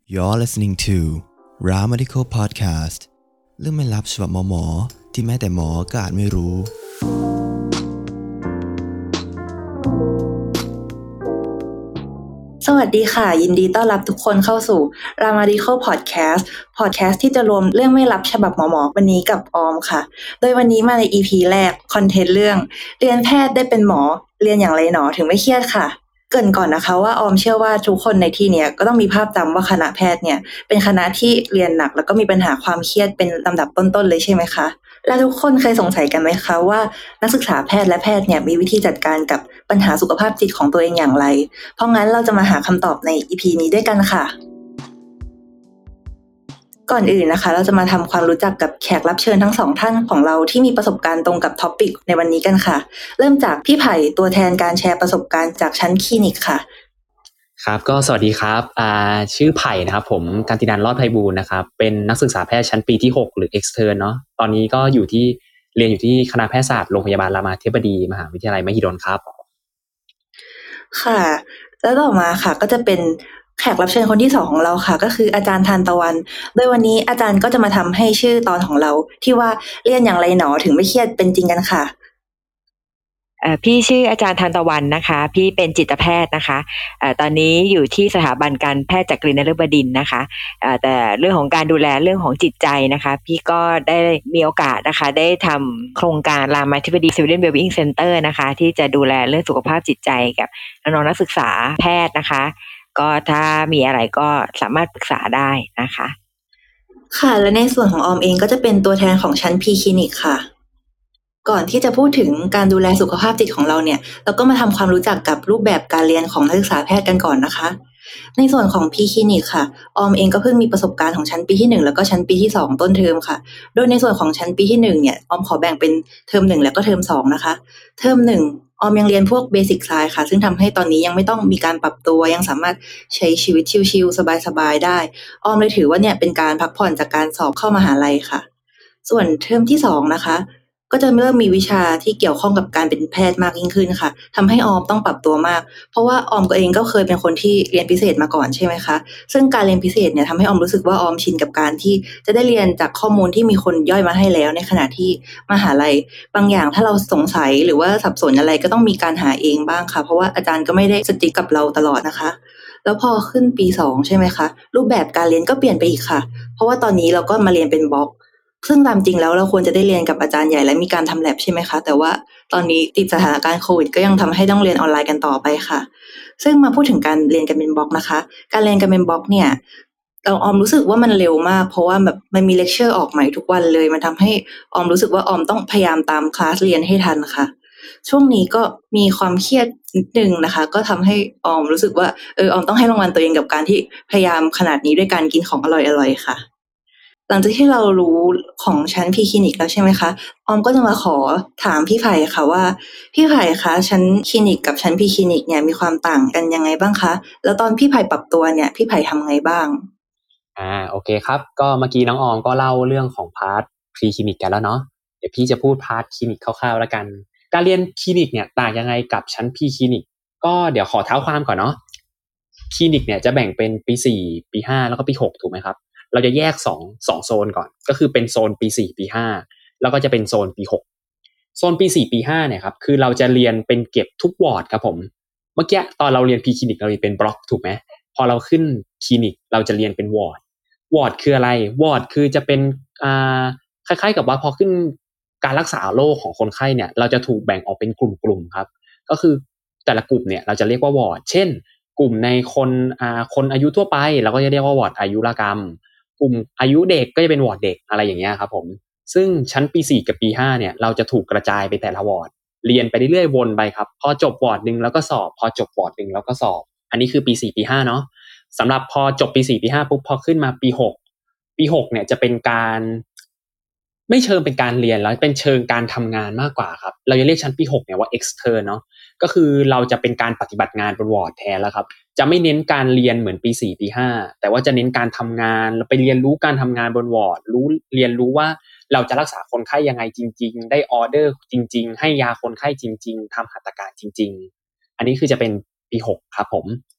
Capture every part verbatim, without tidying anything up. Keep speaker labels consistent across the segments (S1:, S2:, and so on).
S1: You're listening to Ra Medical Podcast เรื่องไม่ลับฉบับหมอหมอที่แม้แต่หมอก็อาจไม่รู้
S2: สวัสดีค่ะยินดีต้อนรับทุกคนเข้าสู่ Ra Medical Podcast Podcast ที่จะรวมเรื่องไม่ลับฉบับหมอหมอวันนี้กับออมค่ะโดยวันนี้มาใน อี พี แรกคอนเทนต์เรื่องเรียนแพทย์ได้เป็นหมอเรียนอย่างไรหนอถึงไม่เครียดค่ะเกริ่นก่อนนะคะว่าออมเชื่อว่าทุกคนในที่เนี้ยก็ต้องมีภาพจำว่าคณะแพทย์เนี่ยเป็นคณะที่เรียนหนักแล้วก็มีปัญหาความเครียดเป็นลำดับต้นๆเลยใช่ไหมคะและทุกคนเคยสงสัยกันไหมคะว่านักศึกษาแพทย์และแพทย์เนี่ยมีวิธีจัดการกับปัญหาสุขภาพจิตของตัวเองอย่างไรเพราะงั้นเราจะมาหาคำตอบใน อี พี นี้ด้วยกันค่ะก่อนอื่นนะคะเราจะมาทำความรู้จักกับแขกรับเชิญทั้งสองท่านของเราที่มีประสบการณ์ตรงกับท็อปิกในวันนี้กันค่ะเริ่มจากพี่ไผ่ตัวแทนการแชร์ประสบการณ์จากชั้นคลินิกค่ะ
S3: ครับก็สวัสดีครับอ่าชื่อไผ่นะครับผมกันตินันท์รอดไพบูลย์นะครับเป็นนักศึกษาแพทย์ชั้นปีที่หกหรือ Extern เนาะตอนนี้ก็อยู่ที่เรียนอยู่ที่คณะแพทยศาสตร์โรงพยาบาลรามาธิบดีมหาวิทยาลัยมหิดลครับ
S2: ค่ะแล้วต่อมาค่ะก็จะเป็นแขกรับเชิญคนที่สองของเราค่ะก็คืออาจารย์ทานตะวันโดยวันนี้อาจารย์ก็จะมาทำให้ชื่อตอนของเราที่ว่าเรียนอย่างไรหนอถึงไม่เครียดเป็นจริงกันค่ะ
S4: เอ่อพี่ชื่ออาจารย์ทานตะวันนะคะพี่เป็นจิตแพทย์นะคะเอ่อตอนนี้อยู่ที่สถาบันการแพทย์จักรีนฤบดินทร์นะคะเอ่อแต่เรื่องของการดูแลเรื่องของจิตใจนะคะพี่ก็ได้มีโอกาสนะคะได้ทำโครงการรามาธิบดี Civilian Wellbeing Center นะคะที่จะดูแลเรื่องสุขภาพจิตใจกับน้องๆนักศึกษาแพทย์นะคะก็ถ้ามีอะไรก็สามารถปรึกษาได้นะคะ
S2: ค่ะและในส่วนของออมเองก็จะเป็นตัวแทนของชั้น P คลินิกค่ะก่อนที่จะพูดถึงการดูแลสุขภาพจิตของเราเนี่ยเราก็มาทำความรู้จักกับรูปแบบการเรียนของนักศึกษาแพทย์กันก่อนนะคะในส่วนของ P คลินิกค่ะออมเองก็เพิ่งมีประสบการณ์ของชั้นปีที่หนึ่งแล้วก็ชั้นปีที่สองต้นเทอมค่ะโดยในส่วนของชั้นปีที่หนึ่งเนี่ยออมขอแบ่งเป็นเทอมหนึ่งแล้วก็เทอมสองนะคะเทอมหนึ่งออมยังเรียนพวกเบสิกไซน์ค่ะซึ่งทำให้ตอนนี้ยังไม่ต้องมีการปรับตัวยังสามารถใช้ชีวิตชิลๆสบายๆได้ออมเลยถือว่าเนี่ยเป็นการพักผ่อนจากการสอบเข้ามหาลัยค่ะส่วนเทอมที่สองนะคะก็จะเริ่มมีวิชาที่เกี่ยวข้องกับการเป็นแพทย์มากยิ่งขึ้นค่ะทำให้ออมต้องปรับตัวมากเพราะว่าออมก็เองก็เคยเป็นคนที่เรียนพิเศษมาก่อนใช่ไหมคะซึ่งการเรียนพิเศษเนี่ยทำให้ออมรู้สึกว่าออมชินกับการที่จะได้เรียนจากข้อมูลที่มีคนย่อยมาให้แล้วในขณะที่มหาลัยบางอย่างถ้าเราสงสัยหรือว่าสับสนอะไรก็ต้องมีการหาเองบ้างค่ะเพราะว่าอาจารย์ก็ไม่ได้สติ๊กกับเราตลอดนะคะแล้วพอขึ้นปีสองใช่ไหมคะรูปแบบการเรียนก็เปลี่ยนไปอีกค่ะเพราะว่าตอนนี้เราก็มาเรียนเป็นบล็อกซึ่งตามจริงแล้วเราควรจะได้เรียนกับอาจารย์ใหญ่และมีการทำ lab ใช่ไหมคะแต่ว่าตอนนี้ติดสถานการณ์โควิดก็ยังทำให้ต้องเรียนออนไลน์กันต่อไปค่ะซึ่งมาพูดถึงการเรียนกันเป็นบล็อกนะคะการเรียนกันเป็นบล็อกเนี่ยเราออมรู้สึกว่ามันเร็วมากเพราะว่าแบบมันมีเลคเชอร์ออกใหม่ทุกวันเลยมันทำให้ออมรู้สึกว่าออมต้องพยายามตามคลาสเรียนให้ทันค่ะช่วงนี้ก็มีความเครียดนิดนึงนะคะก็ทำให้ออมรู้สึกว่าเออออมต้องให้รางวัลตัวเองกับการที่พยายามขนาดนี้ด้วยการกินของอร่อยๆค่ะหลังจากที่เรารู้ของชั้นพีคลินิกแล้วใช่ไหมคะออมก็จะมาขอถามพี่ไผ่ค่ะว่าพี่ไผ่คะชั้นคลินิกกับชั้นพีคลินิกเนี่ยมีความต่างกันยังไงบ้างคะแล้วตอนพี่ไผ่ปรับตัวเนี่ยพี่ไผ่ทำไงบ้าง
S3: อ่าโอเคครับก็เมื่อกี้น้องออมก็เล่าเรื่องของพาร์ทพรีคลินิกกันแล้วเนาะเดี๋ยวพี่จะพูดพาร์ทคลินิกคร่าวๆแล้วกันการเรียนคลินิกเนี่ยต่างยังไงกับชั้นพรีคลินิกก็เดี๋ยวขอเท้าความก่อนเนาะคลินิกเนี่ยจะแบ่งเป็นปีสี่ปีห้าแล้วก็ปีหกถูกไหมครับเราจะแยกสอง สองโซนก่อนก็คือเป็นโซนปีสี่ปีห้าแล้วก็จะเป็นโซนปีหกโซนปีสี่ปีห้าเนี่ยครับคือเราจะเรียนเป็นเก็บทุกวอร์ดครับผมเมื่อกี้ตอนเราเรียนพรีคลินิกเราเรียนเป็นบล็อกถูกไหมพอเราขึ้นคลินิกเราจะเรียนเป็นวอร์ดวอร์ดคืออะไรวอร์ดคือจะเป็นอ่าคล้ายๆกับว่าพอขึ้นการรักษาโรคของคนไข้เนี่ยเราจะถูกแบ่งออกเป็นกลุ่มๆครับก็คือแต่ละกลุ่มเนี่ยเราจะเรียกว่าวอร์ดเช่นกลุ่มในคนอ่าคนอายุทั่วไปเราก็จะเรียกว่าวอร์ดอายุรกรรมกลุ่มอายุเด็กก็จะเป็นวอร์ดเด็กอะไรอย่างเงี้ยครับผมซึ่งชั้นปีสี่กับปีห้าเนี่ยเราจะถูกกระจายไปแต่ละวอร์ดเรียนไปเรื่อยๆวนไปครับพอจบวอร์ดนึงแล้วก็สอบพอจบวอร์ดนึงแล้วก็สอบอันนี้คือปีสี่ปีห้าเนาะสำหรับพอจบปีสี่ปีห้าปุ๊บพอขึ้นมาปีหกปีหกเนี่ยจะเป็นการไม่เชิงเป็นการเรียนแล้วเป็นเชิงการทำงานมากกว่าครับเราจะเรียกชั้นปีหกเนี่ยว่า extern เนาะก็คือเราจะเป็นการปฏิบัติงานบนวอร์ดแทนแล้วครับจะไม่เน้นการเรียนเหมือนปีสี่ปีห้าแต่ว่าจะเน้นการทำงานเราไปเรียนรู้การทำงานบนวอร์ดรู้เรียนรู้ว่าเราจะรักษาคนไข้ยังไงจริงๆได้ออเดอร์จริงๆให้ยาคนไข้จริงๆทำหัตถการจริงๆอันนี้คือจะเป็นปีหกครับผม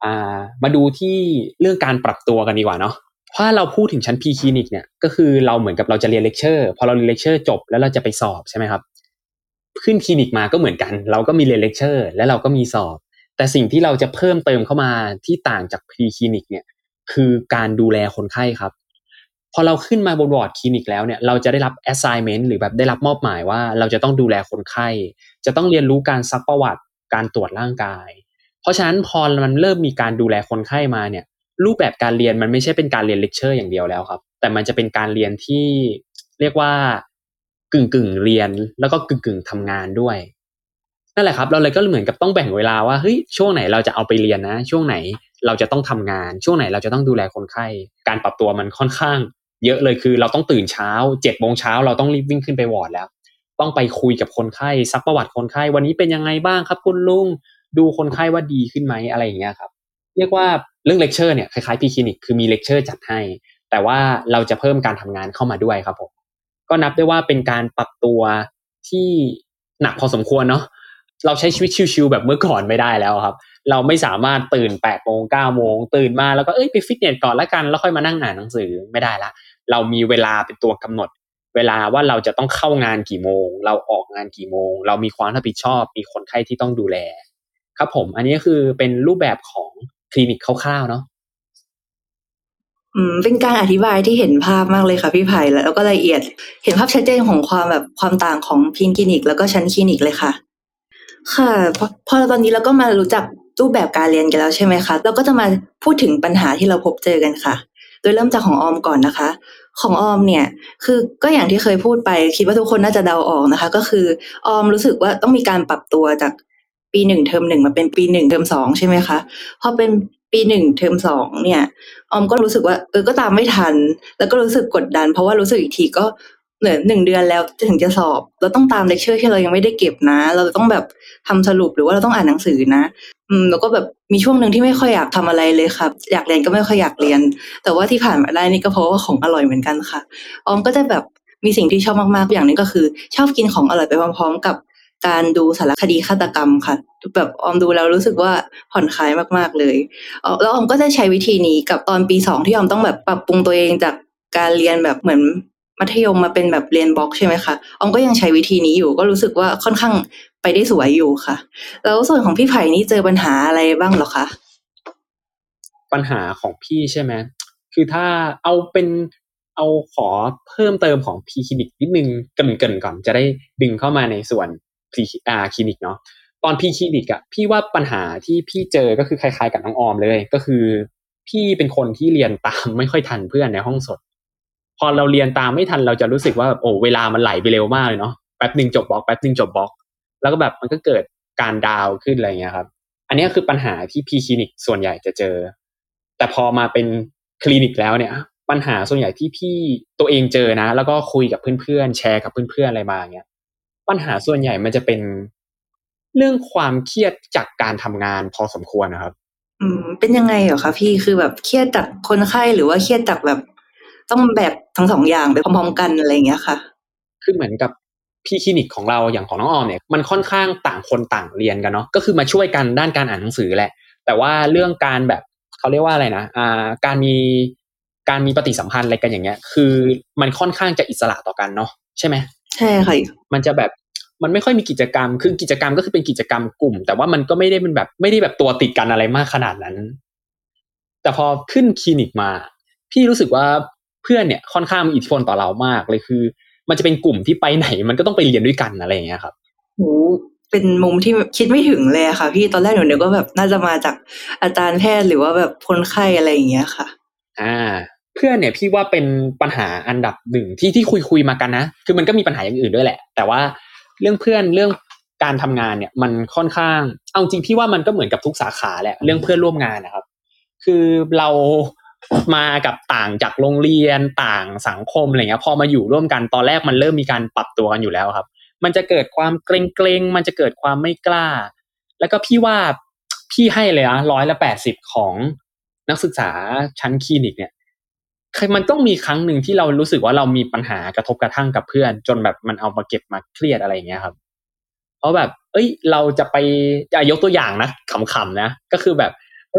S3: อ่ามาดูที่เรื่องการปรับตัวกันดีกว่าเนาะเพราะเราพูดถึงชั้น P Clinic เนี่ยก็คือเราเหมือนกับเราจะเรียนเลคเชอร์พอเราเรียนเลคเชอร์จบแล้วเราจะไปสอบใช่ไหมครับขึ้นคลินิกมาก็เหมือนกันเราก็มีเรียนเลคเชอร์แล้วเราก็มีสอบแต่สิ่งที่เราจะเพิ่มเติมเข้ามาที่ต่างจาก P Clinic เนี่ยคือการดูแลคนไข้ครับพอเราขึ้นมาบนวอร์ดคลินิกแล้วเนี่ยเราจะได้รับ assignment หรือแบบได้รับมอบหมายว่าเราจะต้องดูแลคนไข้จะต้องเรียนรู้การซักประวัติการตรวจร่างกายเพราะฉะนั้นพอมันเริ่มมีการดูแลคนไข้มาเนี่ยรูปแบบการเรียนมันไม่ใช่เป็นการเรียนเลคเชอร์อย่างเดียวแล้วครับแต่มันจะเป็นการเรียนที่เรียกว่ากึ่งๆเรียนแล้วก็กึ่งๆทำงานด้วยนั่นแหละครับเราเลยก็เหมือนกับต้องแบ่งเวลาว่าเฮ้ยช่วงไหนเราจะเอาไปเรียนนะช่วงไหนเราจะต้องทำงานช่วงไหนเราจะต้องดูแลคนไข้การปรับตัวมันค่อนข้างเยอะเลยคือเราต้องตื่นเช้า เจ็ดโมงเช้าเราต้องรีบวิ่งขึ้นไปวอร์ดแล้วต้องไปคุยกับคนไข้ซักประวัติคนไข้วันนี้เป็นยังไงบ้างครับคุณลุงดูคนไข้ว่าดีขึ้นไหมอะไรอย่างเงี้ยครับเรียกว่าเรื่องเลคเชอร์เนี่ยคล้ายๆ P Clinic คือมีเลคเชอร์จัดให้แต่ว่าเราจะเพิ่มการทำงานเข้ามาด้วยครับผมก็นับได้ว่าเป็นการปรับตัวที่หนักพอสมควรเนาะเราใช้ชีวิตชิลๆแบบเมื่อก่อนไม่ได้แล้วครับเราไม่สามารถตื่น แปดโมง เก้าโมงตื่นมาแล้วก็เอ้ยไปฟิตเนสก่อนแล้วกันแล้วค่อยมานั่งอ่านหนังสือไม่ได้ละเรามีเวลาเป็นตัวกำหนดเวลาว่าเราจะต้องเข้างานกี่โมงเราออกงานกี่โมงเรามีความรับผิดชอบมีคนไข้ที่ต้องดูแลครับผมอันนี้คือเป็นรูปแบบของคลินิกคร่าวๆเนาะ
S2: อืมเป็นการอธิบายที่เห็นภาพมากเลยค่ะพี่ไผ่แล้วก็ละเอียดเห็นภาพชัดเจนของความแบบความต่างของพีนคลินิกแล้วก็ชั้นคลินิกเลยค่ะค่ะพอพอตอนนี้เราก็มารู้จักรูปแบบการเรียนกันแล้วใช่ไหมคะเราก็จะมาพูดถึงปัญหาที่เราพบเจอกันค่ะโดยเริ่มจากของออมก่อนนะคะของออมเนี่ยคือก็อย่างที่เคยพูดไปคิดว่าทุกคนน่าจะเดาออกนะคะก็คือออมรู้สึกว่าต้องมีการปรับตัวจากปีหนึ่งเทอมหนึ่งมาเป็นปีหนึ่งเทอมสองใช่ไหมคะพอเป็นปีหนึ่งเทอมสองเนี่ยออมก็รู้สึกว่าเออก็ตามไม่ทันแล้วก็รู้สึกกดดันเพราะว่ารู้สึกอีกทีก็เหลือหนึ่งเดือนแล้วถึงจะสอบเราต้องตามเลคเชอร์ที่เรายังไม่ได้เก็บนะเราต้องแบบทำสรุปหรือว่าเราต้องอ่านหนังสือนะอืมแล้วก็แบบมีช่วงนึงที่ไม่ค่อยอยากทำอะไรเลยครับอยากเรียนก็ไม่ค่อยอยากเรียนแต่ว่าที่ผ่านมาได้นี่ก็เพราะว่าของอร่อยเหมือนกันค่ะออมก็จะแบบมีสิ่งที่ชอบมากๆอย่างนึงก็คือชอบกินของอร่อยไปพร้อมๆกับการดูสารคดีฆาตกรรมค่ะแบบออมดูแล้วรู้สึกว่าผ่อนคลายมากๆเลยเอ่อแล้วออมก็จะใช้วิธีนี้กับตอนปีสองที่ออมต้องแบบปรับปรุงตัวเองจากการเรียนแบบเหมือนมัธยมมาเป็นแบบเรียนบล็อกใช่ไหมคะออมก็ยังใช้วิธีนี้อยู่ก็รู้สึกว่าค่อนข้างไปได้สวยอยู่ค่ะแล้วส่วนของพี่ไผ่นี่เจอปัญหาอะไรบ้างเหรอคะ
S3: ปัญหาของพี่ใช่ไหมคือถ้าเอาเป็นเอาขอเพิ่มเติมของ P Clinic นิดนึงเกริ่นๆก่อนจะได้ดึงเข้ามาในส่วน P อ่า Clinic เนาะตอน P Clinic อ่ะพี่ว่าปัญหาที่พี่เจอก็คือคล้ายๆกับน้องออมเลยก็คือพี่เป็นคนที่เรียนตามไม่ค่อยทันเพื่อนในห้องสดพอเราเรียนตามไม่ทันเราจะรู้สึกว่าแบบโอ้เวลามันไหลไปเร็วมากเลยเนาะแป๊บนึงจบบล็อกแป๊บนึงจบบล็อกแล้วก็แบบมันก็เกิดการดาวขึ้นอะไรเงี้ยครับอันนี้คือปัญหาที่ P Clinic ส่วนใหญ่จะเจอแต่พอมาเป็นคลินิกแล้วเนี่ยปัญหาส่วนใหญ่ที่พี่ตัวเองเจอนะแล้วก็คุยกับเพื่อนๆแชร์กับเพื่อนๆอะไรมาเงี้ยปัญหาส่วนใหญ่มันจะเป็นเรื่องความเครียดจากการทำงานพอสมควรนะครับ
S2: อืมเป็นยังไงเหรอคะพี่คือแบบเครียดจากคนไข้หรือว่าเครียดจากแบบต้องแบกทั้งสองอย่างไปพร้อมๆกันอะไรอย่างเงี้ยค่ะ
S3: คือเหมือนกับพี่คลินิกของเราอย่างของน้องออมเนี่ยมันค่อนข้างต่างคนต่างเรียนกันเนาะก็คือมาช่วยกันด้านการอ่านหนังสือแหละแต่ว่าเรื่องการแบบเขาเรียกว่าอะไรนะอ่าการมีการมีปฏิสัมพันธ์อะไรกันอย่างเงี้ยคือมันค่อนข้างจะอิสระต่อกันเนาะใช่ไหม
S2: ใช่ค่ะ
S3: มันจะแบบมันไม่ค่อยมีกิจกรรมคือกิจกรรมก็คือเป็นกิจกรรมกลุ่มแต่ว่ามันก็ไม่ได้เป็นแบบไม่ได้แบบตัวติดกันอะไรมากขนาดนั้นแต่พอขึ้นคลินิกมาพี่รู้สึกว่าเพื่อนเนี่ยค่อนข้างมีอิทธิพลต่อเรามากเลยคือมันจะเป็นกลุ่มที่ไปไหนมันก็ต้องไปเรียนด้วยกันอะไรอย่างเงี้ยครับ
S2: โหเป็นมุมที่คิดไม่ถึงเลยอะค่ะพี่ตอนแรกหนูนึกว่าแบบน่าจะมาจากอาจารย์แพทย์หรือว่าแบบคนไข้อะไรอย่างเงี้ยค่ะ
S3: อ่าเพื่อนเนี่ยพี่ว่าเป็นปัญหาอันดับหนึ่งที่ที่คุยคุยมากันนะคือมันก็มีปัญหาอย่างอื่นด้วยแหละแต่ว่าเรื่องเพื่อนเรื่องการทำงานเนี่ยมันค่อนข้างเอาจริงพี่ว่ามันก็เหมือนกับทุกสาขาแหละเรื่องเพื่อนร่วมงานนะครับคือเรามากับต่างจากโรงเรียนต่างสังคมอะไรเงี้ยพอมาอยู่ร่วมกันตอนแรกมันเริ่มมีการปรับตัวกันอยู่แล้วครับมันจะเกิดความเกรงๆมันจะเกิดความไม่กล้าแล้วก็พี่ว่าพี่ให้เลยนะร้อยละแปดสิบของนักศึกษาชั้นคลินิกเนี่ยมันต้องมีครั้งหนึ่งที่เรารู้สึกว่าเรามีปัญหากระทบกระทั่งกับเพื่อนจนแบบมันเอามาเก็บมาเครียดอะไรอย่างเงี้ยครับเพราะแบบเอ้ยเราจะไปจะยกตัวอย่างนะขำๆนะก็คือแบบเฮ้ย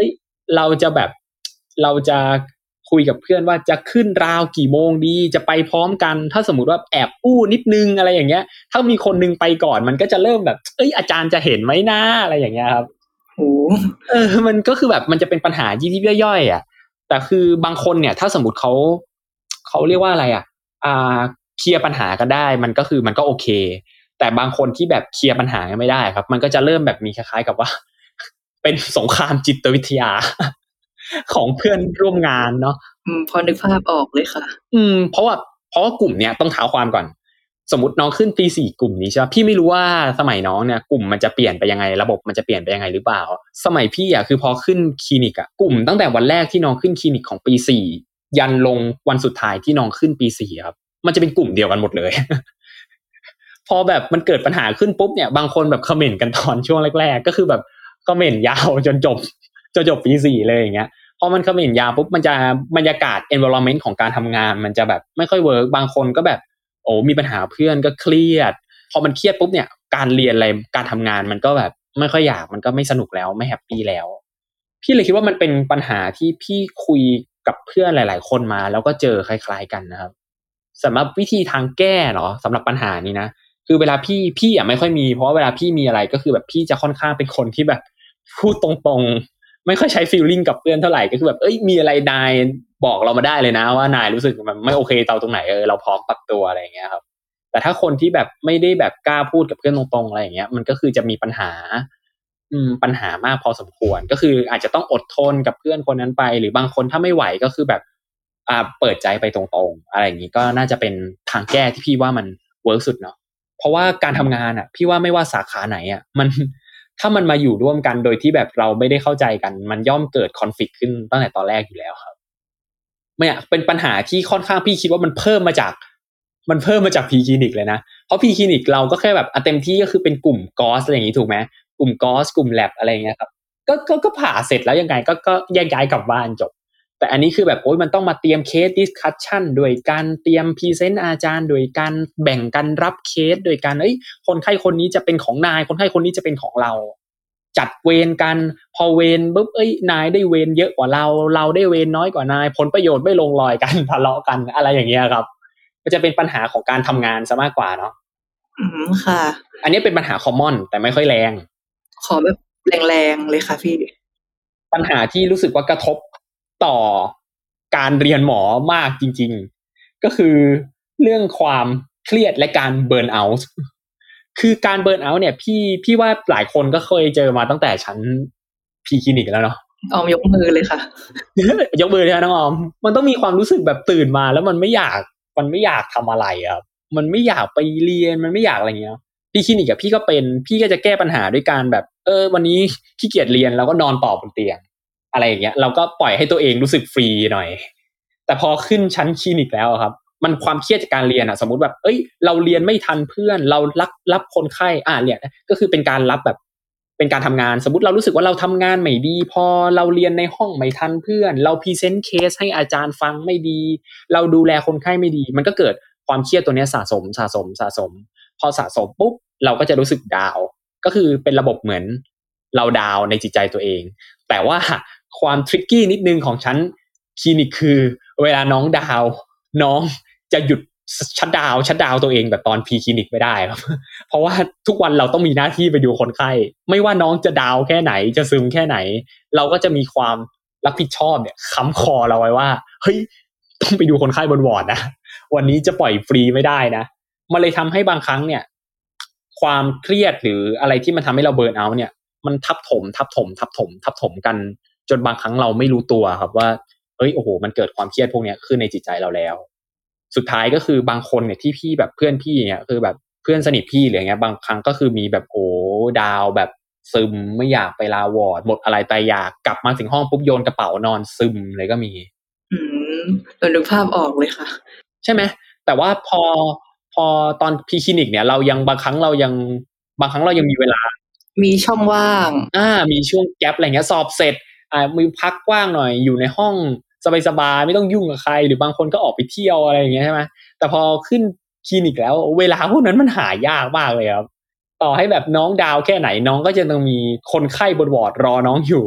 S3: เราจะแบบเราจะคุยกับเพื่อนว่าจะขึ้นราวกี่โมงดีจะไปพร้อมกันถ้าสมมุติว่าแอบอู้นิดนึงอะไรอย่างเงี้ยถ้ามีคนนึงไปก่อนมันก็จะเริ่มแบบเอ้ยอาจารย์จะเห็นไหมนะอะไรอย่างเงี้ยครับ
S2: โอ้
S3: เออมันก็คือแบบมันจะเป็นปัญหายิบๆย่อยๆอ่ะแต่คือบางคนเนี่ยถ้าสมมุติเขาเขาเรียกว่าอะไรอ่ะอ่าเคลียร์ปัญหากันได้มันก็คือมันก็โอเคแต่บางคนที่แบบเคลียร์ปัญหาไม่ได้ครับมันก็จะเริ่มแบบมีคล้ายๆกับว่าเป็นสงครามจิตวิทยาของเพื่อนร่วมงานเนาะ
S2: อืมพอนึกภาพออกเลยค่ะ
S3: อืมเพราะว่าเพราะว่ากลุ่มเนี้ยต้องเท้าความก่อนสมมุติน้องขึ้นปีสี่กลุ่มนี้ใช่ป่ะพี่ไม่รู้ว่าสมัยน้องเนี่ยกลุ่มมันจะเปลี่ยนไปยังไงระบบมันจะเปลี่ยนไปยังไงหรือเปล่าสมัยพี่อ่ะคือพอขึ้นคลินิกอ่ะกลุ่มตั้งแต่วันแรกที่น้องขึ้นคลินิกของปีสี่ยันลงวันสุดท้ายที่น้องขึ้นปีสี่ครับมันจะเป็นกลุ่มเดียวกันหมดเลย พอแบบมันเกิดปัญหาขึ้นปุ๊บเนี่ยบางคนแบบคอมเมนต์กันตอนช่วงแรกๆก็คือแบบคอมเมนต์ยาวจนจบจนจบปีสี่เลยอย่างเงี้ยพอมันคอมเมนต์ยาวปุ๊บมันจะบรรยากาศ environment ของการทำงานมันจะแบบไม่ค่อยเวิร์กบางคนก็แบบโอ้มีปัญหาเพื่อนก็เครียดพอมันเครียดปุ๊บเนี่ยการเรียนอะไรการทำงานมันก็แบบไม่ค่อยอยากมันก็ไม่สนุกแล้วไม่แฮปปี้แล้วพี่เลยคิดว่ามันเป็นปัญหาที่พี่คุยกับเพื่อนหลายๆคนมาแล้วก็เจอคล้ายๆกันนะครับสำหรับวิธีทางแก้เนาะสำหรับปัญหานี้นะคือเวลาพี่พี่อ่ะไม่ค่อยมีเพราะว่าเวลาพี่มีอะไรก็คือแบบพี่จะค่อนข้างเป็นคนที่แบบพูดตรงๆไม่ค่อยใช้ฟีลลิ่งกับเพื่อนเท่าไหร่ก็คือแบบเอ้ยมีอะไรนายบอกเรามาได้เลยนะว่านายรู้สึกมันไม่โอเคเตาตรงไหนเออเราพร้อมปรับตัวอะไรอย่างเงี้ยครับแต่ถ้าคนที่แบบไม่ได้แบบกล้าพูดกับเพื่อนตรงๆอะไรอย่างเงี้ยมันก็คือจะมีปัญหาอืมปัญหามากพอสมควรก็คืออาจจะต้องอดทนกับเพื่อนคนนั้นไปหรือบางคนถ้าไม่ไหวก็คือแบบอ่าเปิดใจไปตรงๆอะไรอย่างงี้ก็น่าจะเป็นทางแก้ที่พี่ว่ามันเวิร์กสุดเนาะเพราะว่าการทำงานอ่ะพี่ว่าไม่ว่าสาขาไหนอ่ะมันถ้ามันมาอยู่ร่วมกันโดยที่แบบเราไม่ได้เข้าใจกันมันย่อมเกิดคอนฟลิกต์ขึ้นตั้งแต่ตอนแรกอยู่แล้วครับไม่อ่ะเป็นปัญหาที่ค่อนข้างพี่คิดว่ามันเพิ่มมาจากมันเพิ่มมาจากพีคลินิกเลยนะเพราะพีคลินิกเราก็แค่แบบเต็มที่ก็คือเป็นกลุ่มกอสอะไรอย่างงี้ถูกไหมกลุ่มกอสกลุ่มแลบอะไรอย่างเงี้ยครับก็ก็ก็ผ่าเสร็จแล้วยังไงก็ก็แยกย้ายกลับบ้านจบแต่อันนี้คือแบบโอ๊ยมันต้องมาเตรียมเคสดิสคัสชั่นโดยการเตรียมพรีเซนต์อาจารย์โดยการแบ่งกันรับเคสโดยการเอ้ยคนไข้คนนี้จะเป็นของนายคนไข้คนนี้จะเป็นของเราจัดเวรกันพอเวรปุ๊บเอ้ยนายได้เวรเยอะกว่าเราเราได้เวรน้อยกว่านายผลประโยชน์ไม่ลงรอยกันทะเลาะกันอะไรอย่างเงี้ยครับมันจะเป็นปัญหาของการทำงานซะมากกว่าเนาะ
S2: อืมค่ะ
S3: อันนี้เป็นปัญหาคอมมอนแต่ไม่ค่อยแรง
S2: ขอแบบแรงๆเลยค่ะพี่
S3: ปัญหาที่รู้สึกว่ากระทบต่อการเรียนหมอมากจริงๆก็คือเรื่องความเครียดและการเบิร์นเอาท์คือการเบิร์นเอาท์เนี่ยพี่พี่ว่าหลายคนก็เคยเจอมาตั้งแต่ชั้นพีคลินิกแล้วเนาะ
S2: ออมยกมือเลยค่ะ
S3: ยกมือเลยนะน้องออมมันต้องมีความรู้สึกแบบตื่นมาแล้วมันไม่อยากมันไม่อยากทำอะไรอ่ะมันไม่อยากไปเรียนมันไม่อยากอะไรเงี้ยพี่คลินิกกับพี่ก็เป็นพี่ก็จะแก้ปัญหาด้วยการแบบเออวันนี้ขี้เกียจเรียนแล้วก็นอนต่อบนเตียงอะไรอย่างเงี้ยเราก็ปล่อยให้ตัวเองรู้สึกฟรีหน่อยแต่พอขึ้นชั้นคลินิกแล้วครับมันความเครียดจากการเรียนอ่ะสมมุติแบบเอ้ยเราเรียนไม่ทันเพื่อนเรารับรับคนไข้อ่าเนี่ยก็คือเป็นการรับแบบเป็นการทำงานสมมุติเรารู้สึกว่าเราทำงานไม่ดีพอเราเรียนในห้องไม่ทันเพื่อนเราพรีเซนต์เคสให้อาจารย์ฟังไม่ดีเราดูแลคนไข้ไม่ดีมันก็เกิดความเครียดตัวนี้สะสมสะสมสะสมพอสะสมปุ๊บเราก็จะรู้สึกดาวก็คือเป็นระบบเหมือนเราดาวในจิตใจตัวเองแต่ว่าความทริกกี้นิดนึงของชั้นคลินิกคือเวลาน้องดาวน้องจะหยุดชัดดาวชัดดาวตัวเองแบบตอนพีคลินิกไม่ได้ครับเพราะว่าทุกวันเราต้องมีหน้าที่ไปดูคนไข้ไม่ว่าน้องจะดาวแค่ไหนจะซึมแค่ไหนเราก็จะมีความรับผิดชอบเนี่ยค้ำคอเราไว้ว่าเฮ้ยต้องไปดูคนไข้บนวอร์ดนะวันนี้จะปล่อยฟรีไม่ได้นะมันเลยทำให้บางครั้งเนี่ยความเครียดหรืออะไรที่มันทำให้เราเบิร์นเอาท์เนี่ยมันทับถมทับถมทับถมทับถมกันจนบางครั้งเราไม่รู้ตัวครับว่าเฮ้ยโอ้โหมันเกิดความเครียดพวกนี้ขึ้นในจิตใจเราแล้วสุดท้ายก็คือบางคนเนี่ยที่พี่แบบเพื่อนพี่เนี่ยคือแบบเพื่อนสนิทพี่หรืออย่างเงี้ยบางครั้งก็คือมีแบบโอ้ดาวแบบซึมไม่อยากไปลาวอร์ดหมดอะไรแต่อยากกลับมาถึงห้องปุ๊บโยนกระเป๋านอนซึมเลยก็มี
S2: อืมเราดูภาพออกเลยค่ะ
S3: ใช่ไหมแต่ว่าพอพอตอนพีคลินิกเนี่ยเรายังบางครั้งเรายังบางครั้งเรายังมีเวลา
S2: มีช่องว่าง
S3: อ่ามีช่วงแก๊ปอะไรเงี้ยสอบเสร็จอ่ามีพักกว้างหน่อยอยู่ในห้องสบายๆไม่ต้องยุ่งกับใครหรือบางคนก็ออกไปเที่ยวอะไรอย่างเงี้ยใช่ไหมแต่พอขึ้นคลินิกแล้วเวลาพวกนั้นมันหายากมากเลยครับต่อให้แบบน้องดาวแค่ไหนน้องก็จะต้องมีคนไข้บนวอร์ดรอน้องอยู่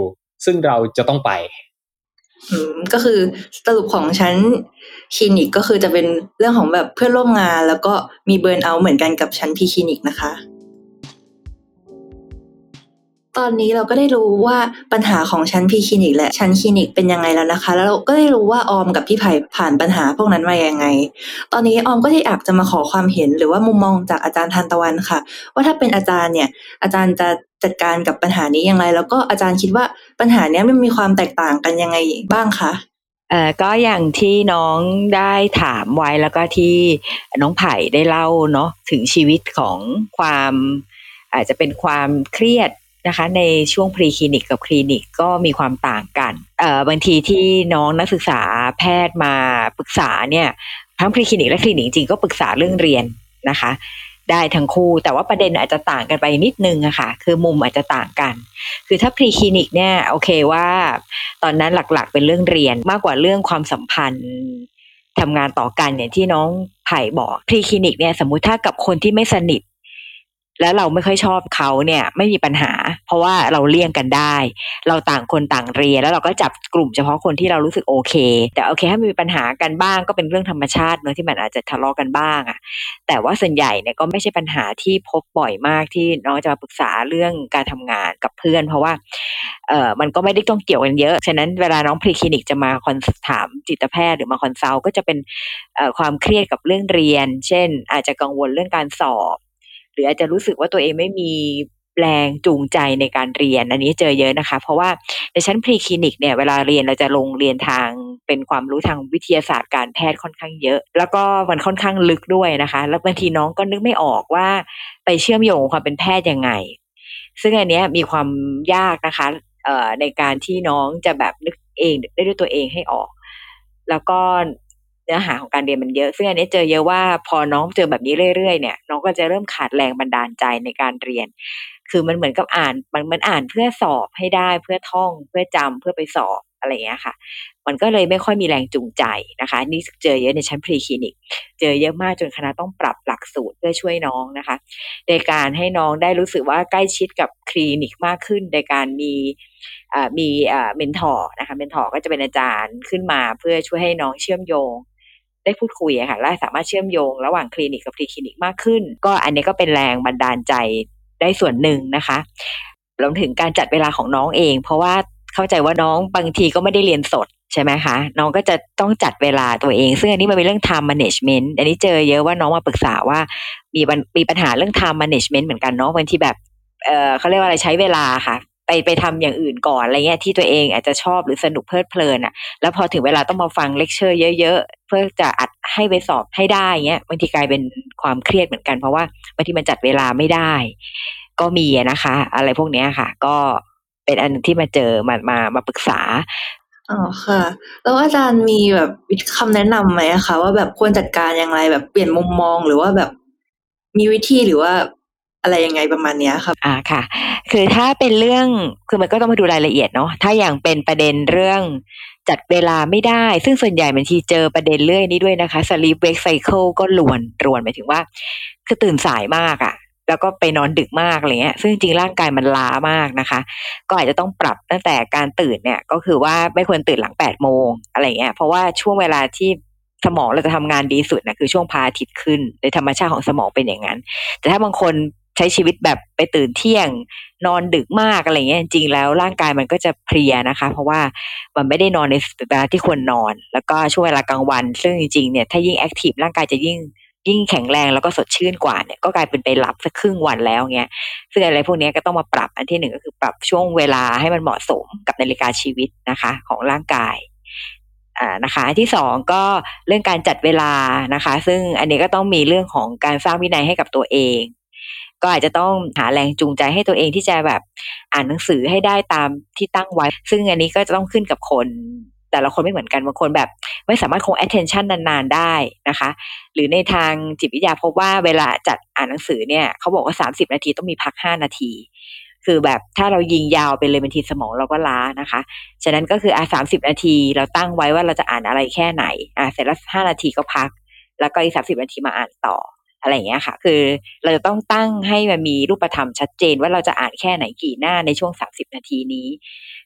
S3: ซึ่งเราจะต้องไป
S2: อืมก็คือสรุปของชั้นคลินิกก็คือจะเป็นเรื่องของแบบเพื่อนร่วมงานแล้วก็มีเบิร์นเอาท์เหมือนกันกับชั้นพีคลินิกนะคะตอนนี้เราก็ได้รู้ว่าปัญหาของชั้นพีคลินิกและชั้นคลินิกเป็นยังไงแล้วนะคะแล้วเราก็ได้รู้ว่าออมกับพี่ไผ่ผ่านปัญหาพวกนั้นมายังไงตอนนี้ออมก็อยากจะมาขอความเห็นหรือว่ามุมมองจากอาจารย์ทานตะวันค่ะว่าถ้าเป็นอาจารย์เนี่ยอาจารย์จะจัดการกับปัญหานี้ยังไงแล้วก็อาจารย์คิดว่าปัญหานี้มันมีความแตกต่างกันยังไงบ้างคะ
S4: เอ่อก็อย่างที่น้องได้ถามไว้แล้วก็ที่น้องไผ่ได้เล่าเนาะถึงชีวิตของความอาจจะเป็นความเครียดนะคะในช่วงพรีคลินิกกับคลินิกก็มีความต่างกันเอ่อบางทีที่น้องนักศึกษาแพทย์มาปรึกษาเนี่ยทั้งพรีคลินิกและคลินิกจริงๆก็ปรึกษาเรื่องเรียนนะคะได้ทั้งคู่แต่ว่าประเด็นอาจจะต่างกันไปนิดนึงอะค่ะคือมุมอาจจะต่างกันคือถ้าพรีคลินิกเนี่ยโอเคว่าตอนนั้นหลักๆเป็นเรื่องเรียนมากกว่าเรื่องความสัมพันธ์ทำงานต่อกันอย่างที่น้องไผ่บอกพรีคลินิกเนี่ยสมมุติถ้ากับคนที่ไม่สนิทแล้วเราไม่ค่อยชอบเขาเนี่ยไม่มีปัญหาเพราะว่าเราเลี่ยงกันได้เราต่างคนต่างเรียนแล้วเราก็จับกลุ่มเฉพาะคนที่เรารู้สึกโอเคแต่โอเคถ้ามีปัญหากันบ้างก็เป็นเรื่องธรรมชาติเนอะที่มันอาจจะทะเลาะกันบ้างอะแต่ว่าส่วนใหญ่เนี่ยก็ไม่ใช่ปัญหาที่พบบ่อยมากที่น้องจะมาปรึกษาเรื่องการทำงานกับเพื่อนเพราะว่าเอ่อมันก็ไม่ได้ต้องเกี่ยวกันเยอะฉะนั้นเวลาน้องพรีคลินิกจะมาคอนถามจิตแพทย์หรือมาคอนซัลท์ก็จะเป็นเอ่อความเครียดกับเรื่องเรียนเช่นอาจจะกังวลเรื่องการสอบหรืออาจจะรู้สึกว่าตัวเองไม่มีแรงจูงใจในการเรียนอันนี้เจอเยอะนะคะเพราะว่าในชั้นพรีคลินิกเนี่ยเวลาเรียนเราจะลงเรียนทางเป็นความรู้ทางวิทยาศาสตร์การแพทย์ค่อนข้างเยอะแล้วก็มันค่อนข้างลึกด้วยนะคะแล้วบางทีน้องก็นึกไม่ออกว่าไปเชื่อมโยงความเป็นแพทย์ยังไงซึ่งอันเนี้ยมีความยากนะคะเอ่อในการที่น้องจะแบบนึกเองได้ด้วยตัวเองให้ออกแล้วก็เนื้อหาของการเรียนมันเยอะซึ่งอันนี้เจอเยอะว่าพอน้องเจอแบบนี้เรื่อยๆเนี่ยน้องก็จะเริ่มขาดแรงบันดาลใจในการเรียนคือมันเหมือนกับอ่านมันมันอ่านเพื่อสอบให้ได้เพื่อท่องเพื่อจำเพื่อไปสอบอะไรอย่างเงี้ยค่ะมันก็เลยไม่ค่อยมีแรงจูงใจนะคะนี่เจอเยอะในชั้นพรีคลินิกเจอเยอะมากจนคณะต้องปรับหลักสูตรเพื่อช่วยน้องนะคะในการให้น้องได้รู้สึกว่าใกล้ชิดกับคลินิกมากขึ้นในการมีอ่ามีอ่าเมนทอร์นะคะเมนทอร์ก็จะเป็นอาจารย์ขึ้นมาเพื่อช่วยให้น้องเชื่อมโยงได้พูดคุยอะค่ะและสามารถเชื่อมโยงระหว่างคลินิกกับพรีคลินิกมากขึ้นก็อันนี้ก็เป็นแรงบันดาลใจได้ส่วนหนึ่งนะคะรวมถึงการจัดเวลาของน้องเองเพราะว่าเข้าใจว่าน้องบางทีก็ไม่ได้เรียนสดใช่ไหมคะน้องก็จะต้องจัดเวลาตัวเองซึ่งอันนี้มันเป็นเรื่อง time management อันนี้เจอเยอะว่าน้องมาปรึกษาว่ามีมีปัญหาเรื่อง time management เหมือนกันเนาะบางทีแบบเออเขาเรียกว่าอะไรใช้เวลาค่ะไปไปทำอย่างอื่นก่อนอะไรเงี้ยที่ตัวเองอาจจะชอบหรือสนุกเพลิดเพลินอ่ะแล้วพอถึงเวลาต้องมาฟังเลคเชอร์เยอะๆเพื่อจะอัดให้ไปสอบให้ได้เงี้ยบางทีกลายเป็นความเครียดเหมือนกันเพราะว่าบางทีมันจัดเวลาไม่ได้ก็มีนะคะอะไรพวกนี้ค่ะก็เป็นอันที่มาเจอมามามาปรึกษา
S2: อ๋อค่ะแล้วอาจารย์มีแบบคำแนะนำไหมอะคะว่าแบบควรจัดการอย่างไรแบบเปลี่ยนมุมมองหรือว่าแบบมีวิธีหรือว่าอะไรยังไงประมาณเนี้ยค่ะ
S4: อ่าค่ะคือถ้าเป็นเรื่องคือมันก็ต้องมาดูรายละเอียดเนาะถ้าอย่างเป็นประเด็นเรื่องจัดเวลาไม่ได้ซึ่งส่วนใหญ่บางทีเจอประเด็นเรื่องนี้ด้วยนะคะ sleep wake cycle ก็รวนรวนหมายถึงว่าคือตื่นสายมากอะแล้วก็ไปนอนดึกมากอะไรเงี้ยซึ่งจริงร่างกายมันล้ามากนะคะก็อาจจะต้องปรับตั้งแต่การตื่นเนี่ยก็คือว่าไม่ควรตื่นหลังแปดโมงอะไรเงี้ยเพราะว่าช่วงเวลาที่สมองเราจะทำงานดีสุดนะคือช่วงพระอาทิตย์ขึ้นโดยธรรมชาติของสมองเป็นอย่างนั้นแต่ถ้าบางคนใช้ชีวิตแบบไปตื่นเที่ยงนอนดึกมากอะไรเงี้ยจริงๆแล้วร่างกายมันก็จะเพลียนะคะเพราะว่ามันไม่ได้นอนในเวลาที่ควรนอนแล้วก็ช่วงเวลากลางวันซึ่งจริงๆเนี่ยถ้ายิ่งแอคทีฟร่างกายจะยิ่งยิ่งแข็งแรงแล้วก็สดชื่นกว่าเนี่ยก็กลายเป็นไปหลับสักครึ่งวันแล้วเงี้ยซึ่งอะไรพวกนี้ก็ต้องมาปรับอันที่หนึ่งก็คือปรับช่วงเวลาให้มันเหมาะสมกับนาฬิกาชีวิตนะคะของร่างกายอ่านะคะที่สองก็เรื่องการจัดเวลานะคะซึ่งอันนี้ก็ต้องมีเรื่องของการสร้างวินัยให้กับตัวเองก็อาจจะต้องหาแรงจูงใจให้ตัวเองที่จะแบบอ่านหนังสือให้ได้ตามที่ตั้งไว้ซึ่งอันนี้ก็จะต้องขึ้นกับคนแต่ละคนไม่เหมือนกันบางคนแบบไม่สามารถคง attention นานๆได้นะคะหรือในทางจิตวิทยาพบว่าเวลาจัดอ่านหนังสือเนี่ยเขาบอกว่าสามสิบนาทีต้องมีพักห้านาทีคือแบบถ้าเรายิงยาวไปเลยบางทีสมองเราก็ล้านะคะฉะนั้นก็คืออ่ะสามสิบนาทีเราตั้งไว้ว่าเราจะอ่านอะไรแค่ไหนอ่ะเสร็จแล้วห้านาทีก็พักแล้วก็อีกสามสิบนาทีมาอ่านต่ออะไรอย่างเงี้ยค่ะคือเราจะต้องตั้งให้มันมีรูปธรรมชัดเจนว่าเราจะอ่านแค่ไหนกี่หน้าในช่วงสามสิบนาทีนี้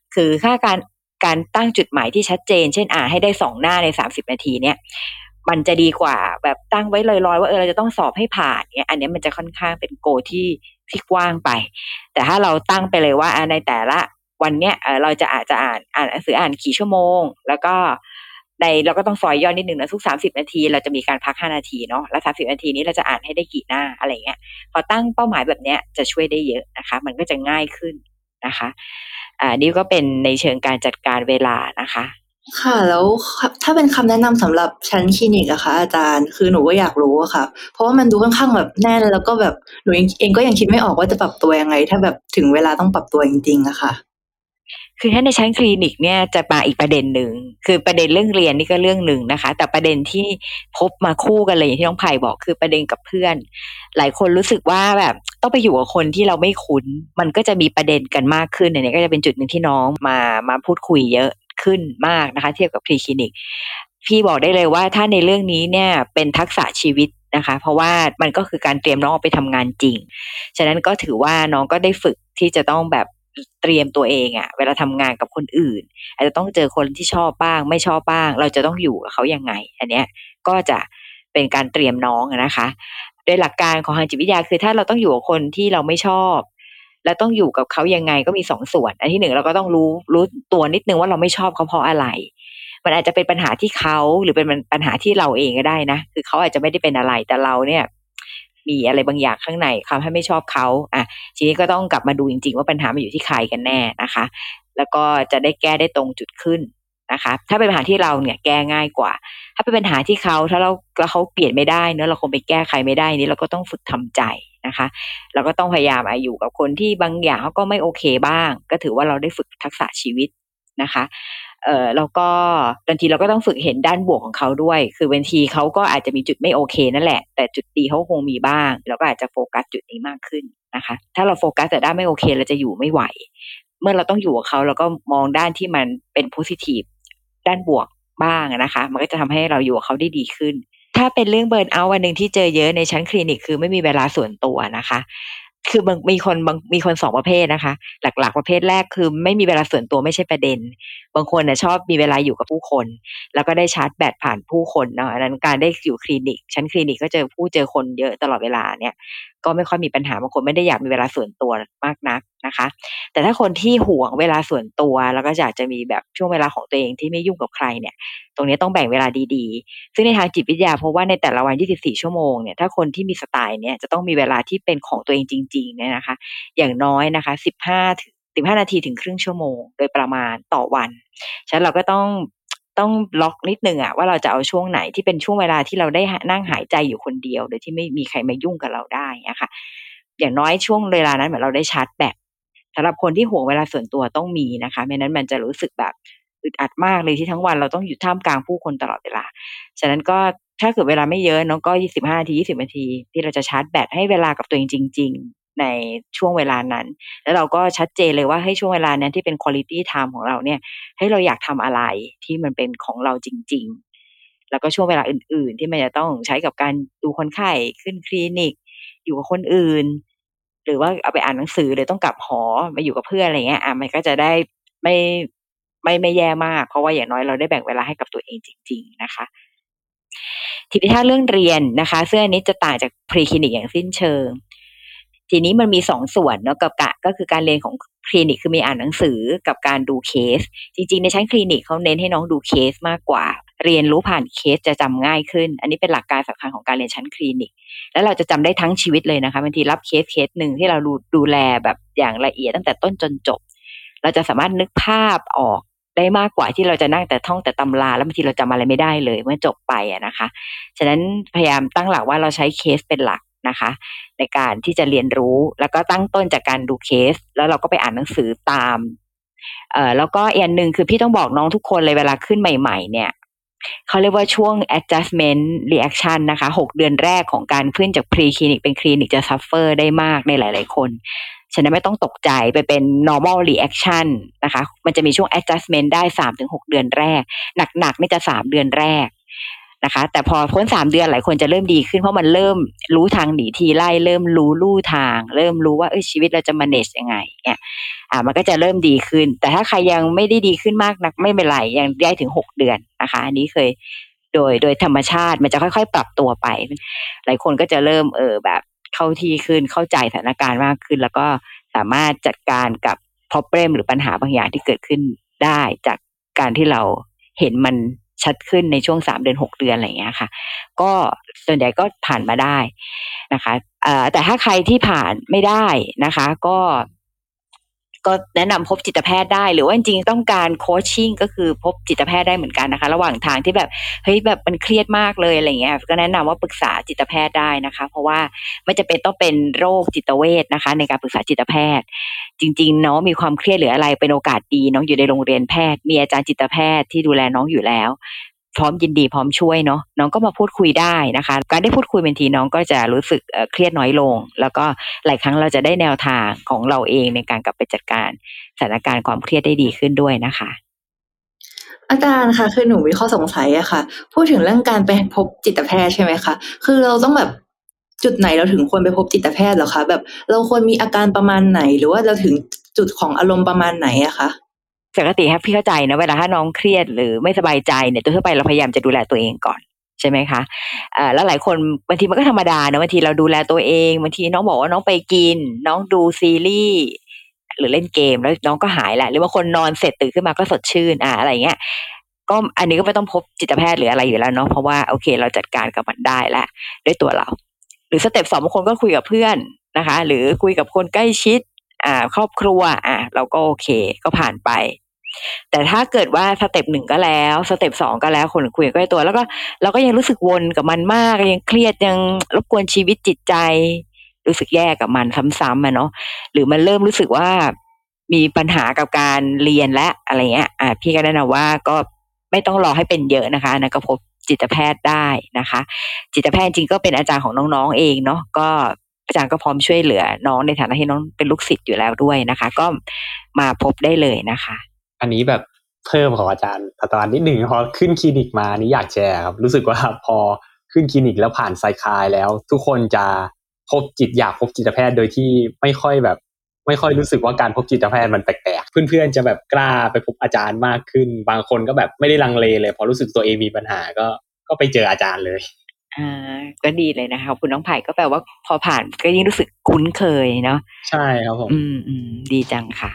S4: คือค่าการการตั้งจุดหมายที่ชัดเจนเช่นอ่านให้ได้สองหน้าในสามสิบนาทีเนี่ยมันจะดีกว่าแบบตั้งไว้ลอยๆว่าเออเราจะต้องสอบให้ผ่านเนี่ยอันนี้มันจะค่อนข้างเป็นโกที่ที่กว้างไปแต่ถ้าเราตั้งไปเลยว่าในแต่ละวันเนี้ยเออเราจะอาจจะอ่านอ่านหนังสืออ่านกี่ชั่วโมงแล้วก็ในเราก็ต้องซอยย่อนิดนึงนะทุกสามสิบนาทีเราจะมีการพักห้านาทีเนาะแล้วสามสิบนาทีนี้เราจะอ่านให้ได้กี่หน้าอะไรเงี้ยพอตั้งเป้าหมายแบบเนี้ยจะช่วยได้เยอะนะคะมันก็จะง่ายขึ้นนะคะอ่านี่ก็เป็นในเชิงการจัดการเวลานะคะ
S2: ค่ะแล้วถ้าเป็นคำแนะนำสำหรับชั้นคลินิกอะคะอาจารย์คือหนูก็อยากรู้อะค่ะเพราะว่ามันดูค่อนข้างแบบแน่นแล้วก็แบบหนูเองก็ยังคิดไม่ออกว่าจะปรับตัวยังไงถ้าแบบถึงเวลาต้องปรับตัวจริงๆอะค่ะ
S4: คือถ้าในชั้นคลินิกเนี่ยจะมาอีกประเด็นหนึ่งคือประเด็นเรื่องเรียนนี่ก็เรื่องหนึ่งนะคะแต่ประเด็นที่พบมาคู่กันเลยอย่างที่น้องไผ่บอกคือประเด็นกับเพื่อนหลายคนรู้สึกว่าแบบต้องไปอยู่กับคนที่เราไม่คุ้นมันก็จะมีประเด็นกันมากขึ้นอันนี้ก็จะเป็นจุดหนึ่งที่น้องมามาพูดคุยเยอะขึ้นมากนะคะเทียบกับพรีคลินิกพี่บอกได้เลยว่าถ้าในเรื่องนี้เนี่ยเป็นทักษะชีวิตนะคะเพราะว่ามันก็คือการเตรียมน้องออกไปทำงานจริงฉะนั้นก็ถือว่าน้องก็ได้ฝึกที่จะต้องแบบเตรียมตัวเองอะเวลาทำงานกับคนอื่นอาจจะต้องเจอคนที่ชอบบ้างไม่ชอบบ้างเราจะต้องอยู่กับเขายังไงอันเนี้ยก็จะเป็นการเตรียมน้องนะคะโดยหลักการของทางจิตวิทยาคือถ้าเราต้องอยู่กับคนที่เราไม่ชอบแล้วต้องอยู่กับเขายังไงก็มีสองส่วนอันที่หนึ่งเราก็ต้องรู้รู้ตัวนิดนึงว่าเราไม่ชอบเขาเพราะอะไรมันอาจจะเป็นปัญหาที่เขาหรือเป็นปัญหาที่เราเองก็ได้นะคือเขาอาจจะไม่ได้เป็นอะไรแต่เราเนี่ยมีอะไรบางอย่างข้างในทำให้ไม่ชอบเขาอ่ะทีนี้ก็ต้องกลับมาดูจริงๆว่าปัญหามันอยู่ที่ใครกันแน่นะคะแล้วก็จะได้แก้ได้ตรงจุดขึ้นนะคะถ้าเป็นปัญหาที่เราเนี่ยแก้ง่ายกว่าถ้าเป็นปัญหาที่เขาถ้าเราแล้วเขาเปลี่ยนไม่ได้เนอะเราคงไปแก้ใครไม่ได้นี่เราก็ต้องฝึกทำใจนะคะเราก็ต้องพยายามอยู่กับคนที่บางอย่างเขาก็ไม่โอเคบ้างก็ถือว่าเราได้ฝึกทักษะชีวิตนะคะเอ่อแล้วก็บางทีเราก็ต้องฝึกเห็นด้านบวกของเขาด้วยคือบางทีเขาก็อาจจะมีจุดไม่โอเคนั่นแหละแต่จุดดีเขาคงมีบ้างเราก็อาจจะโฟกัสจุดนี้มากขึ้นนะคะถ้าเราโฟกัสแต่ด้านไม่โอเคเราจะอยู่ไม่ไหวเมื่อเราต้องอยู่กับเขาเราก็มองด้านที่มันเป็นโพซิทีฟด้านบวกบ้างนะคะมันก็จะทำให้เราอยู่กับเขาได้ดีขึ้นถ้าเป็นเรื่องเบิร์นเอาท์วันหนึ่งที่เจอเยอะในชั้นคลินิกคือไม่มีเวลาส่วนตัวนะคะคือบางมีคนบางมีคนสองประเภทนะคะหลักๆประเภทแรกคือไม่มีเวลาส่วนตัวไม่ใช่ประเด็นบางคนนะชอบมีเวลาอยู่กับผู้คนแล้วก็ได้ชาร์จแบตผ่านผู้คนเนาะอันนั้นการได้อยู่คลินิกชั้นคลินิกก็เจอผู้เจอคนเยอะตลอดเวลาเนี่ยก็ไม่ค่อยมีปัญหาบางคนไม่ได้อยากมีเวลาส่วนตัวมากนักนะคะแต่ถ้าคนที่หวงเวลาส่วนตัวแล้วก็อยากจะมีแบบช่วงเวลาของตัวเองที่ไม่ยุ่งกับใครเนี่ยตรงนี้ต้องแบ่งเวลาดีๆซึ่งในทางจิตวิทยาเพราะว่าในแต่ละวันยี่สิบสี่ชั่วโมงเนี่ยถ้าคนที่มีสไตล์เนี่ยจะต้องมีเวลาที่เป็นของตัวเองจริงๆเนี่ยนะคะอย่างน้อยนะคะสิบห้าถึงสิบห้านาทีถึงครึ่งชั่วโมงโดยประมาณต่อวันฉะนั้นเราก็ต้องต้องล็อกนิดนึงอะว่าเราจะเอาช่วงไหนที่เป็นช่วงเวลาที่เราได้นั่งหายใจอยู่คนเดียวโดยที่ไม่มีใครมายุ่งกับเราได้นะคะอย่างน้อยช่วงเวลานั้นเหมือนเราได้ชาร์จแบตสำหรับคนที่ห่วงเวลาส่วนตัวต้องมีนะคะไม่นั้นมันจะรู้สึกแบบอึดอัดมากเลยที่ทั้งวันเราต้องอยู่ท่ามกลางผู้คนตลอดเวลาฉะนั้นก็ถ้าเกิดเวลาไม่เยอะเนาะก็ยี่สิบห้านาทียี่สิบนาทีที่เราจะชาร์จแบตให้เวลากับตัวเองจริงๆในช่วงเวลานั้นแล้วเราก็ชัดเจนเลยว่าให้ช่วงเวลานั้นที่เป็น quality time ของเราเนี่ยให้เราอยากทำอะไรที่มันเป็นของเราจริงๆแล้วก็ช่วงเวลาอื่นๆที่มันจะต้องใช้กับการดูคนไข้ขึ้นคลินิกอยู่กับคนอื่นหรือว่าเอาไปอ่านหนังสือหรือต้องกลับหอมาอยู่กับเพื่อนอะไรเงี้ยอ่ะมันก็จะได้ไม่ไม่ไม่แย่มากเพราะว่าอย่างน้อยเราได้แบ่งเวลาให้กับตัวเองจริงๆนะคะทีนี้ถ้าเรื่องเรียนนะคะซึ่งอันนี้จะต่างจากพรีคลินิกอย่างสิ้นเชิงทีนี้มันมีสองส่วนเนาะกับกะก็คือการเรียนของคลินิกคือมีอ่านหนังสือกับการดูเคสจริงๆในชั้นคลินิกเขาเน้นให้น้องดูเคสมากกว่าเรียนรู้ผ่านเคสจะจำง่ายขึ้นอันนี้เป็นหลักการสำคัญของการเรียนชั้นคลินิกแล้วเราจะจำได้ทั้งชีวิตเลยนะคะบางทีรับเคสเคสหนึ่งที่เราดูดูแลแบบอย่างละเอียดตั้งแต่ต้นจนจบเราจะสามารถนึกภาพออกได้มากกว่าที่เราจะนั่งแต่ท่องแต่ตำราแล้วบางทีเราจำอะไรไม่ได้เลยเมื่อจบไปอะนะคะฉะนั้นพยายามตั้งหลักว่าเราใช้เคสเป็นหลักนะคะในการที่จะเรียนรู้แล้วก็ตั้งต้นจากการดูเคสแล้วเราก็ไปอ่านหนังสือตามเอ่อแล้วก็อีกอันหนึ่งคือพี่ต้องบอกน้องทุกคนเลยเวลาขึ้นใหม่ๆเนี่ยเขาเรียกว่าช่วง adjustment reaction นะคะหกเดือนแรกของการขึ้นจาก pre clinic เป็น clinic จะ suffer ได้มากในหลายๆคนฉะนั้นไม่ต้องตกใจไปเป็น normal reaction นะคะมันจะมีช่วง adjustment ได้ สามถึงหก เดือนแรกหนักๆนี่จะสามเดือนแรกนะคะแต่พอพ้นสามเดือนหลายคนจะเริ่มดีขึ้นเพราะมันเริ่มรู้ทางหนีทีไล่เริ่มรู้ลู่ทางเริ่มรู้ว่าเอ้ยชีวิตเราจะ manage ยังไงเนี่ยอ่ามันก็จะเริ่มดีขึ้นแต่ถ้าใครยังไม่ได้ดีขึ้นมากนักไม่เป็นไรยังได้ถึงหกเดือนนะคะอันนี้เคยโดยโดยธรรมชาติมันจะค่อยๆปรับตัวไปหลายคนก็จะเริ่มเออแบบเข้าที่ขึ้นเข้าใจสถานการณ์มากขึ้นแล้วก็สามารถจัดการกับ problem หรือปัญหาบางอย่างที่เกิดขึ้นได้จากการที่เราเห็นมันชัดขึ้นในช่วงสามเดือนหกเดือนอะไรอย่างเงี้ยค่ะก็ส่วนใหญ่ก็ผ่านมาได้นะคะเอ่อแต่ถ้าใครที่ผ่านไม่ได้นะคะก็ก็แนะนำพบจิตแพทย์ได้หรือว่าจริงๆต้องการโคชชิ่งก็คือพบจิตแพทย์ได้เหมือนกันนะคะระหว่างทางที่แบบเฮ้ยแบบมันเครียดมากเลยอะไรเงี้ยก็แนะนำว่าปรึกษาจิตแพทย์ได้นะคะเพราะว่าไม่จำเป็นต้องเป็นโรคจิตเวชนะคะในการปรึกษาจิตแพทย์จริงๆน้องมีความเครียดหรืออะไรเป็นโอกาสดีน้องอยู่ในโรงเรียนแพทย์มีอาจารย์จิตแพทย์ที่ดูแลน้องอยู่แล้วพร้อมยินดีพร้อมช่วยเนาะน้องก็มาพูดคุยได้นะคะการได้พูดคุยบางทีน้องก็จะรู้สึกเครียดน้อยลงแล้วก็หลายครั้งเราจะได้แนวทางของเราเองในการกลับไปจัดการสถานการณ์ความเครียดได้ดีขึ้นด้วยนะคะ
S2: อาจารย์คะคือหนูมีข้อสงสัยอะค่ะพูดถึงเรื่องการไปพบจิตแพทย์ใช่ไหมคะคือเราต้องแบบจุดไหนเราถึงควรไปพบจิตแพทย์เหรอคะแบบเราควรมีอาการประมาณไหนหรือว่าเราถึงจุดของอารมณ์ประมาณไหนอะคะ
S4: ปกติครับพี่เข้าใจนะเวลาถ้าน้องเครียดหรือไม่สบายใจเนี่ยตัวทั่วไปเราพยายามจะดูแลตัวเองก่อนใช่ไหมคะอ่าแล้วหลายคนบางทีมันก็ธรรมดานะบางทีเราดูแลตัวเองบางทีน้องบอกว่าน้องไปกินน้องดูซีรีส์หรือเล่นเกมแล้วน้องก็หายแหละหรือบางคนนอนเสร็จตื่นขึ้นมาก็สดชื่นอ่าอะไรเงี้ยก็อันนี้ก็ไม่ต้องพบจิตแพทย์หรืออะไรอยู่แล้วเนาะเพราะว่าโอเคเราจัดการกับมันได้แล้วด้วยตัวเราหรือสเต็ปสองบางคนก็คุยกับเพื่อนนะคะหรือคุยกับคนใกล้ชิดอ่าครอบครัวอ่าเราก็โอเคก็ผ่านไปแต่ถ้าเกิดว่าสเต็ปหนึ่งก็แล้วสเต็ปสองก็แล้วคนคุยก็ได้ตัวแล้วก็เราก็ยังรู้สึกวนกับมันมากยังเครียดยังรบกวนชีวิตจิตใจรู้สึกแย่กับมันซ้ำๆอ่ะเนาะหรือมันเริ่มรู้สึกว่ามีปัญหากับการเรียนและอะไรเงี้ยอ่าพี่ก็แนะนำว่าก็ไม่ต้องรอให้เป็นเยอะนะคะนะก็พบจิตแพทย์ได้นะคะจิตแพทย์จริงก็เป็นอาจารย์ของน้องๆเองเนาะก็อาจารย์ก็พร้อมช่วยเหลือน้องในฐานะที่น้องเป็นลูกศิษย์อยู่แล้วด้วยนะคะก็มาพบได้เลยนะคะ
S3: อันนี้แบบเพิ่มของอาจารย์ตอนนิดหนึ่งพอขึ้นคลินิกมานี่อยากแชร์ครับรู้สึกว่าพอขึ้นคลินิกแล้วผ่านไซคลายแล้วทุกคนจะพบจิตอยากพบจิตแพทย์โดยที่ไม่ค่อยแบบไม่ค่อยรู้สึกว่าการพบจิตแพทย์มันแปลกๆเพื่อนๆจะแบบกล้าไปพบอาจารย์มากขึ้นบางคนก็แบบไม่ได้ลังเลเลยพอรู้สึกตัวเองมีปัญหาก็ก็ไปเจออาจารย์เลย
S4: อ่าก็ดีเลยนะคะคุณน้องไผ่ก็แปลว่าพอผ่านก็ยิ่งรู้สึกคุ้นเคยเนาะ
S3: ใช่ครับผม
S4: อืมอืมดีจังค่ะ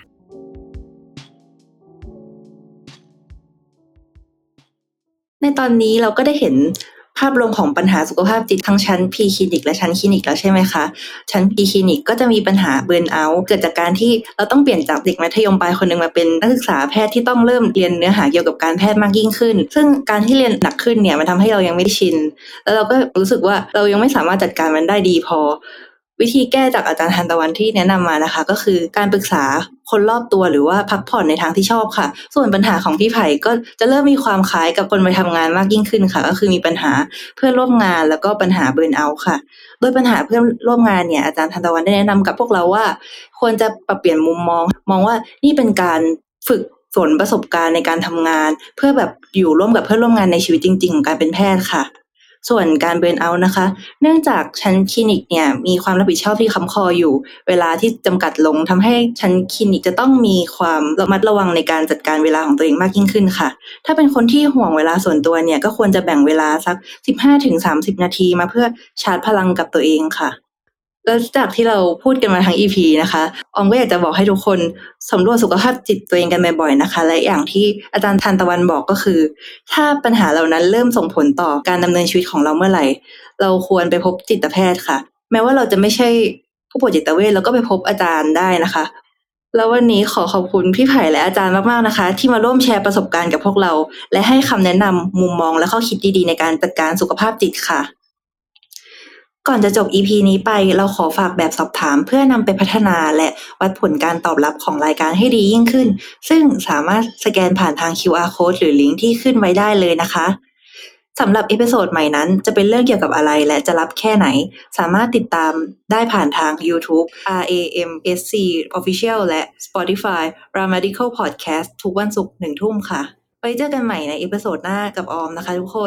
S2: ในตอนนี้เราก็ได้เห็นภาพรวมของปัญหาสุขภาพจิตทั้งชั้น P คลินิกและชั้นคลินิกแล้วใช่ไหมคะชั้น P คลินิกก็จะมีปัญหาเบิร์นเอาท์เกิดจากการที่เราต้องเปลี่ยนจากเด็กมัธยมปลายคนนึงมาเป็นนักศึกษาแพทย์ที่ต้องเริ่มเรียนเนื้อหาเกี่ยวกับการแพทย์มากยิ่งขึ้นซึ่งการที่เรียนหนักขึ้นเนี่ยมันทำให้เรายังไม่ชินแล้วเราก็รู้สึกว่าเรายังไม่สามารถจัดการมันได้ดีพอวิธีแก้จากอาจารย์ทันตะวันที่แนะนำมานะคะก็คือการปรึกษาคนรอบตัวหรือว่าพักผ่อนในทางที่ชอบค่ะส่วนปัญหาของพี่ไผ่ก็จะเริ่มมีความคล้ายกับคนไปทำงานมากยิ่งขึ้นค่ะก็คือมีปัญหาเพื่อนร่วมงานแล้วก็ปัญหาเบิร์นเอาท์ค่ะโดยปัญหาเพื่อนร่วมงานเนี่ยอาจารย์ทันตะวันได้แนะนำกับพวกเราว่าควรจะปรับเปลี่ยนมุมมองมองว่านี่เป็นการฝึกฝนประสบการณ์ในการทำงานเพื่อแบบอยู่ร่วมกับเพื่อนร่วมงานในชีวิตจริงๆของการเป็นแพทย์ค่ะส่วนการเบิร์นเอาท์นะคะเนื่องจากชั้นคลินิกเนี่ยมีความรับผิดชอบที่ค้ำคออยู่เวลาที่จำกัดลงทำให้ชั้นคลินิกจะต้องมีความระมัดระวังในการจัดการเวลาของตัวเองมากยิ่งขึ้นค่ะถ้าเป็นคนที่ห่วงเวลาส่วนตัวเนี่ยก็ควรจะแบ่งเวลาสัก สิบห้าถึงสามสิบ นาทีมาเพื่อชาร์จพลังกับตัวเองค่ะแล้วจากที่เราพูดกันมาทั้ง อี พี นะคะออมก็อยากจะบอกให้ทุกคนสำรวจสุขภาพจิตตัวเองกันบ่อยๆนะคะและอย่างที่อาจารย์ทันตะวันบอกก็คือถ้าปัญหาเหล่านั้นเริ่มส่งผลต่อการดำเนินชีวิตของเราเมื่อไหร่เราควรไปพบจิตแพทย์ค่ะแม้ว่าเราจะไม่ใช่ผู้ป่วยจิตเวชเราก็ไปพบอาจารย์ได้นะคะแล้ววันนี้ขอขอบคุณพี่ไผ่และอาจารย์มากๆนะคะที่มาร่วมแชร์ประสบการณ์กับพวกเราและให้คำแนะนำมุมมองและข้อคิดดีๆในการจัดการสุขภาพจิตค่ะก่อนจะจบ อี พี นี้ไปเราขอฝากแบบสอบถามเพื่อนำไปพัฒนาและวัดผลการตอบรับของรายการให้ดียิ่งขึ้นซึ่งสามารถสแกนผ่านทาง คิว อาร์ Code หรือลิงก์ที่ขึ้นไว้ได้เลยนะคะสำหรับเอพิโซดใหม่นั้นจะเป็นเรื่องเกี่ยวกับอะไรและจะรับแค่ไหนสามารถติดตามได้ผ่านทาง YouTube อาร์ เอ เอ็ม เอส ซี Official และ Spotify Ramadical Podcast ทุกวันศุกร์หนึ่งทุ่มค่ะไว้เจอกันใหม่ในเอพิโซดหน้ากับออมนะคะทุกคน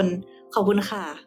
S2: ขอบคุณค่ะ